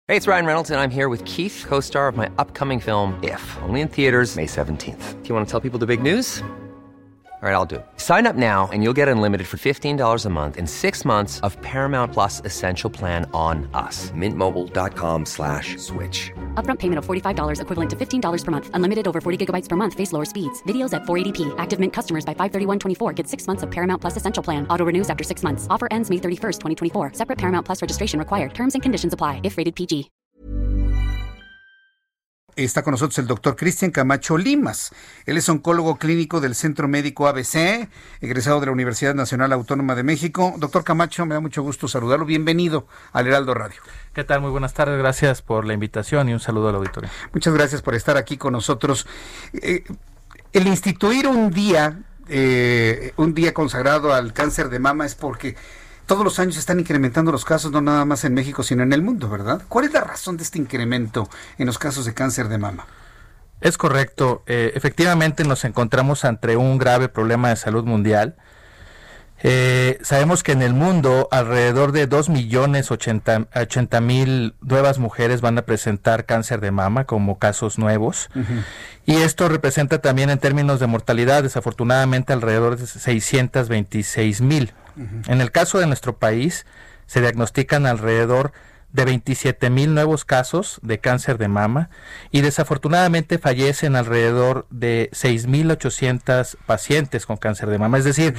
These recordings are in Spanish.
Hey, it's Ryan Reynolds, and I'm here with Keith, co-star of my upcoming film, If, only in theaters May 17th. Do you want to tell people the big news? All right, I'll do it. Sign up now and you'll get unlimited for $15 a month and 6 months of Paramount Plus Essential Plan on us. MintMobile.com/switch. Upfront payment of $45 equivalent to $15 per month. Unlimited over 40 gigabytes per month. Face lower speeds. Videos at 480p. Active Mint customers by 531.24 get 6 months of Paramount Plus Essential Plan. Auto renews after 6 months. Offer ends May 31st, 2024. Separate Paramount Plus registration required. Terms and conditions apply if rated PG. Está con nosotros el doctor Cristian Camacho Limas. Él es oncólogo clínico del Centro Médico ABC, egresado de la Universidad Nacional Autónoma de México. Doctor Camacho, me da mucho gusto saludarlo. Bienvenido al Heraldo Radio. ¿Qué tal? Muy buenas tardes. Gracias por la invitación y un saludo al auditorio. Muchas gracias por estar aquí con nosotros. El instituir un día consagrado al cáncer de mama es porque todos los años se están incrementando los casos, no nada más en México, sino en el mundo, ¿verdad? ¿Cuál es la razón de este incremento en los casos de cáncer de mama? Es correcto. Efectivamente nos encontramos ante un grave problema de salud mundial. Sabemos que en el mundo alrededor de 2.080.000 nuevas mujeres van a presentar cáncer de mama como casos nuevos. Uh-huh. Y esto representa también en términos de mortalidad, desafortunadamente, alrededor de 626.000. Uh-huh. En el caso de nuestro país, se diagnostican alrededor de 27.000 nuevos casos de cáncer de mama y desafortunadamente fallecen alrededor de 6.800 pacientes con cáncer de mama, es decir,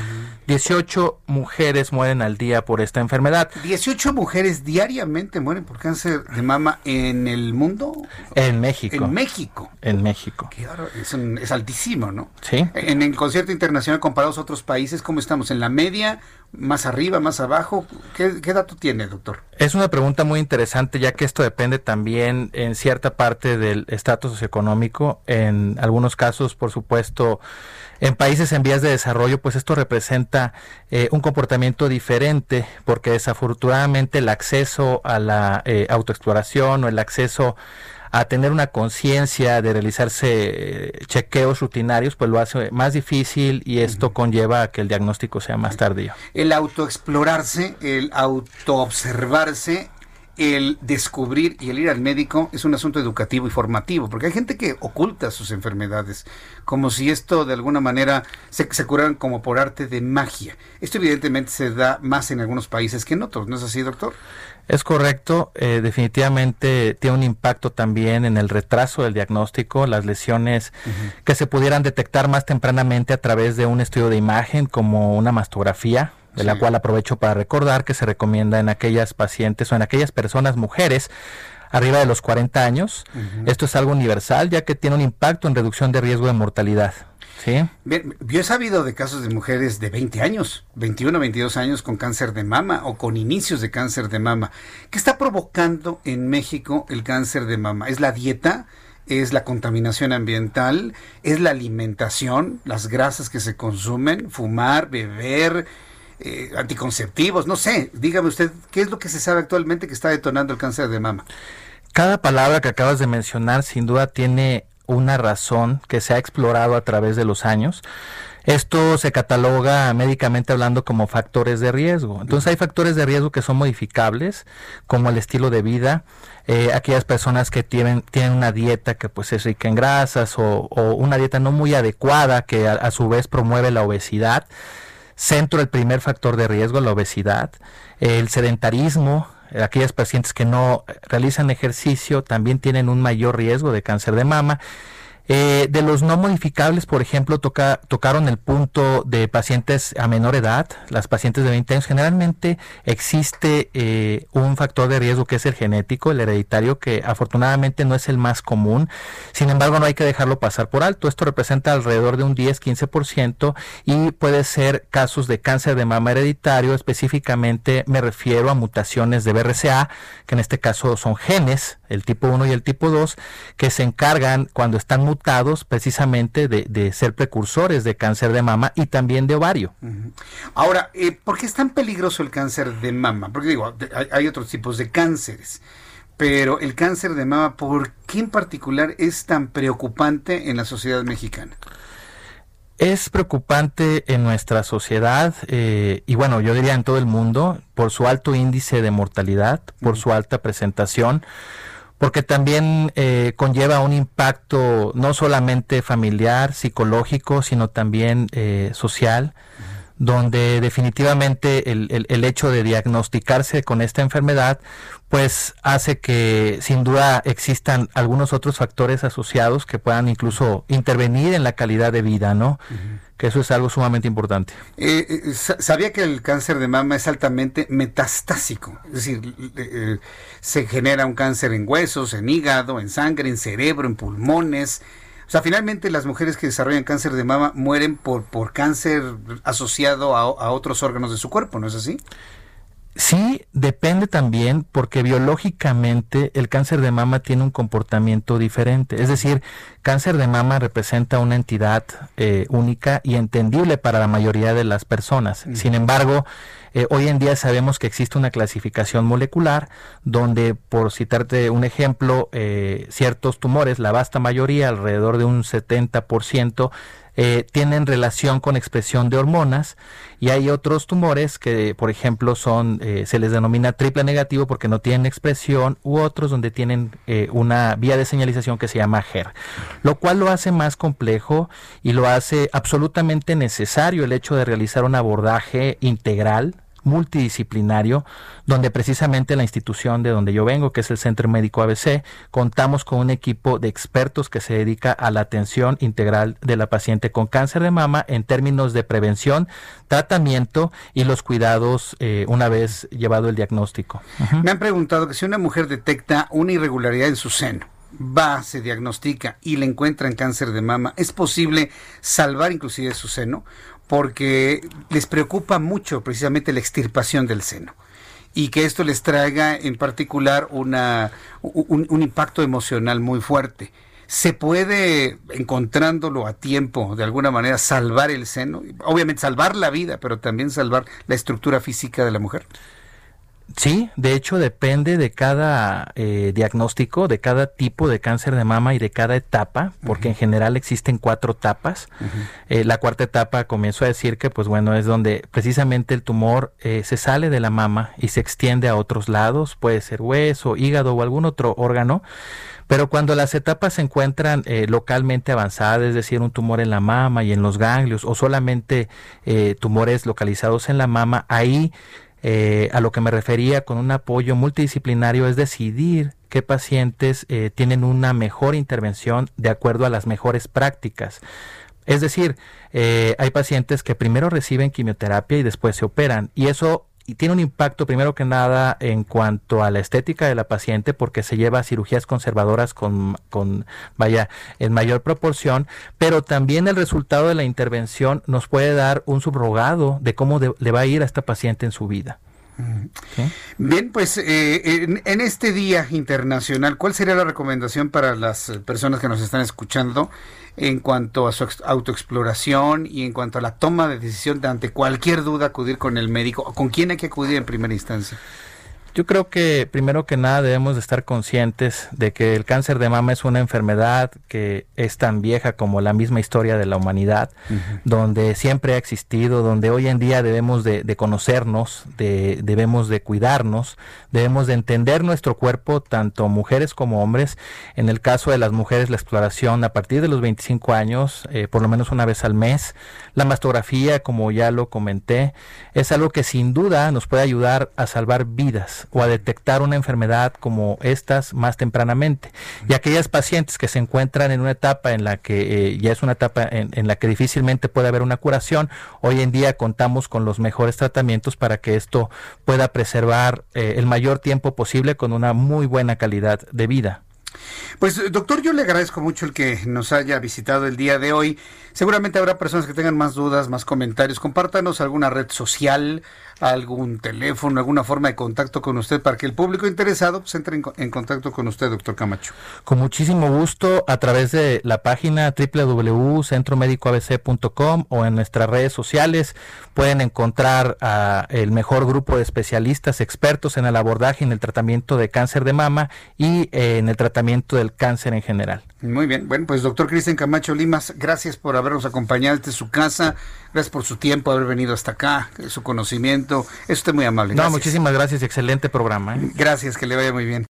18 mujeres mueren al día por esta enfermedad. 18 mujeres diariamente mueren por cáncer de mama en el mundo. En México. En México. En México. Claro, es altísimo, ¿no? Sí. En el concierto internacional comparados a otros países, ¿cómo estamos? ¿En la media? ¿Más arriba? ¿Más abajo? ¿Qué dato tiene, doctor? Es una pregunta muy interesante, ya que esto depende también en cierta parte del estatus socioeconómico. En algunos casos, por supuesto, en países en vías de desarrollo, pues esto representa un comportamiento diferente, porque desafortunadamente el acceso a la autoexploración o el acceso a tener una conciencia de realizarse chequeos rutinarios, pues lo hace más difícil y esto conlleva a que el diagnóstico sea más tardío. El autoexplorarse, el autoobservarse, el descubrir y el ir al médico es un asunto educativo y formativo, porque hay gente que oculta sus enfermedades, como si esto de alguna manera se curaran como por arte de magia. Esto evidentemente se da más en algunos países que en otros, ¿no es así, doctor? Es correcto, definitivamente tiene un impacto también en el retraso del diagnóstico, las lesiones que se pudieran detectar más tempranamente a través de un estudio de imagen como una mastografía, de la cual aprovecho para recordar que se recomienda en aquellas pacientes o en aquellas personas, mujeres, arriba de los 40 años. Esto es algo universal, ya que tiene un impacto en reducción de riesgo de mortalidad. ¿Sí? Bien, yo he sabido de casos de mujeres de 20 años, 21, 22 años con cáncer de mama o con inicios de cáncer de mama. ¿Qué está provocando en México el cáncer de mama? ¿Es la dieta? ¿Es la contaminación ambiental? ¿Es la alimentación? ¿Las grasas que se consumen? ¿Fumar? ¿Beber? Anticonceptivos, no sé, dígame usted, ¿qué es lo que se sabe actualmente que está detonando el cáncer de mama? Cada palabra que acabas de mencionar sin duda tiene una razón que se ha explorado a través de los años. Esto se cataloga médicamente hablando como factores de riesgo. Entonces hay factores de riesgo que son modificables, como el estilo de vida, aquellas personas que tienen una dieta que pues es rica en grasas o una dieta no muy adecuada que a su vez promueve la obesidad. Centro el primer factor de riesgo, la obesidad, el sedentarismo. Aquellas pacientes que no realizan ejercicio también tienen un mayor riesgo de cáncer de mama. De los no modificables, por ejemplo, tocaron el punto de pacientes a menor edad, las pacientes de 20 años. Generalmente existe un factor de riesgo que es el genético, el hereditario, que afortunadamente no es el más común. Sin embargo, no hay que dejarlo pasar por alto. Esto representa alrededor de un 10-15% y puede ser casos de cáncer de mama hereditario. Específicamente me refiero a mutaciones de BRCA, que en este caso son genes, el tipo 1 y el tipo 2, que se encargan cuando están mutados precisamente de ser precursores de cáncer de mama y también de ovario. Ahora, ¿por qué es tan peligroso el cáncer de mama? Porque digo, hay otros tipos de cánceres, pero el cáncer de mama, ¿por qué en particular es tan preocupante en la sociedad mexicana? Es preocupante en nuestra sociedad y bueno, yo diría en todo el mundo, por su alto índice de mortalidad, por su alta presentación, porque también conlleva un impacto no solamente familiar, psicológico, sino también social, donde definitivamente el hecho de diagnosticarse con esta enfermedad pues hace que sin duda existan algunos otros factores asociados que puedan incluso intervenir en la calidad de vida, ¿no? Que eso es algo sumamente importante. Sabía que el cáncer de mama es altamente metastásico, es decir, se genera un cáncer en huesos, en hígado, en sangre, en cerebro, en pulmones. O sea, finalmente las mujeres que desarrollan cáncer de mama mueren por cáncer asociado a otros órganos de su cuerpo, ¿no es así? Sí, depende también porque biológicamente el cáncer de mama tiene un comportamiento diferente. Es decir, cáncer de mama representa una entidad única y entendible para la mayoría de las personas. Sin embargo, hoy en día sabemos que existe una clasificación molecular donde, por citarte un ejemplo, ciertos tumores, la vasta mayoría, alrededor de un 70%, tienen relación con expresión de hormonas, y hay otros tumores que, por ejemplo, se les denomina triple negativo porque no tienen expresión, u otros donde tienen una vía de señalización que se llama HER, lo cual lo hace más complejo y lo hace absolutamente necesario el hecho de realizar un abordaje integral, multidisciplinario, donde precisamente la institución de donde yo vengo, que es el Centro Médico ABC, contamos con un equipo de expertos que se dedica a la atención integral de la paciente con cáncer de mama en términos de prevención, tratamiento y los cuidados una vez llevado el diagnóstico. Me han preguntado que si una mujer detecta una irregularidad en su seno, se diagnostica y le encuentran cáncer de mama, ¿es posible salvar inclusive su seno? Porque les preocupa mucho precisamente la extirpación del seno y que esto les traiga en particular un impacto emocional muy fuerte. ¿Se puede, encontrándolo a tiempo, de alguna manera salvar el seno? Obviamente salvar la vida, pero también salvar la estructura física de la mujer. Sí, de hecho depende de cada diagnóstico, de cada tipo de cáncer de mama y de cada etapa, porque en general existen 4 etapas. La cuarta etapa, comienzo a decir que pues bueno, es donde precisamente el tumor se sale de la mama y se extiende a otros lados, puede ser hueso, hígado o algún otro órgano. Pero cuando las etapas se encuentran localmente avanzadas, es decir, un tumor en la mama y en los ganglios, o solamente tumores localizados en la mama, ahí a lo que me refería con un apoyo multidisciplinario es decidir qué pacientes tienen una mejor intervención de acuerdo a las mejores prácticas. Es decir, hay pacientes que primero reciben quimioterapia y después se operan, y eso tiene un impacto primero que nada en cuanto a la estética de la paciente, porque se lleva a cirugías conservadoras en mayor proporción, pero también el resultado de la intervención nos puede dar un subrogado de cómo le va a ir a esta paciente en su vida. ¿Sí? Bien, pues en este Día Internacional, ¿cuál sería la recomendación para las personas que nos están escuchando en cuanto a su autoexploración y en cuanto a la toma de decisión de ante cualquier duda acudir con el médico? ¿Con quién hay que acudir en primera instancia? Yo creo que primero que nada debemos de estar conscientes de que el cáncer de mama es una enfermedad que es tan vieja como la misma historia de la humanidad, donde siempre ha existido, donde hoy en día debemos de conocernos, debemos de cuidarnos, debemos de entender nuestro cuerpo, tanto mujeres como hombres. En el caso de las mujeres, la exploración a partir de los 25 años, por lo menos una vez al mes. La mastografía, como ya lo comenté, es algo que sin duda nos puede ayudar a salvar vidas o a detectar una enfermedad como estas más tempranamente. Y aquellas pacientes que se encuentran en una etapa en la que ya es una etapa en la que difícilmente puede haber una curación, hoy en día contamos con los mejores tratamientos para que esto pueda preservar el mayor tiempo posible con una muy buena calidad de vida. Pues doctor, yo le agradezco mucho el que nos haya visitado el día de hoy. Seguramente habrá personas que tengan más dudas, más comentarios. Compártanos alguna red social, algún teléfono, alguna forma de contacto con usted para que el público interesado pues, entre en contacto con usted, doctor Camacho. Con muchísimo gusto, a través de la página www.centromedicoabc.com o en nuestras redes sociales pueden encontrar el mejor grupo de especialistas expertos en el abordaje y en el tratamiento de cáncer de mama y en el tratamiento del cáncer en general. Muy bien. Bueno, pues doctor Cristian Camacho Limas, gracias por habernos acompañado desde su casa, gracias por su tiempo, haber venido hasta acá, su conocimiento. Es usted muy amable. Gracias. No, muchísimas gracias, excelente programa. Gracias, que le vaya muy bien.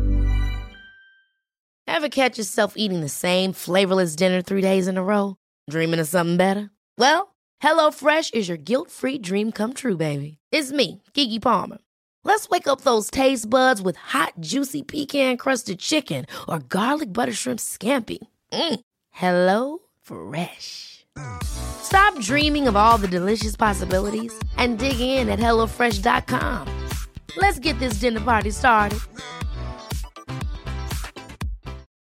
Ever catch yourself eating the same flavorless dinner 3 days in a row? Dreaming of something better? Well, HelloFresh is your guilt-free dream come true, baby. It's me, Keke Palmer. Let's wake up those taste buds with hot, juicy pecan-crusted chicken or garlic butter shrimp scampi. Hello Fresh. Stop dreaming of all the delicious possibilities and dig in at HelloFresh.com. Let's get this dinner party started.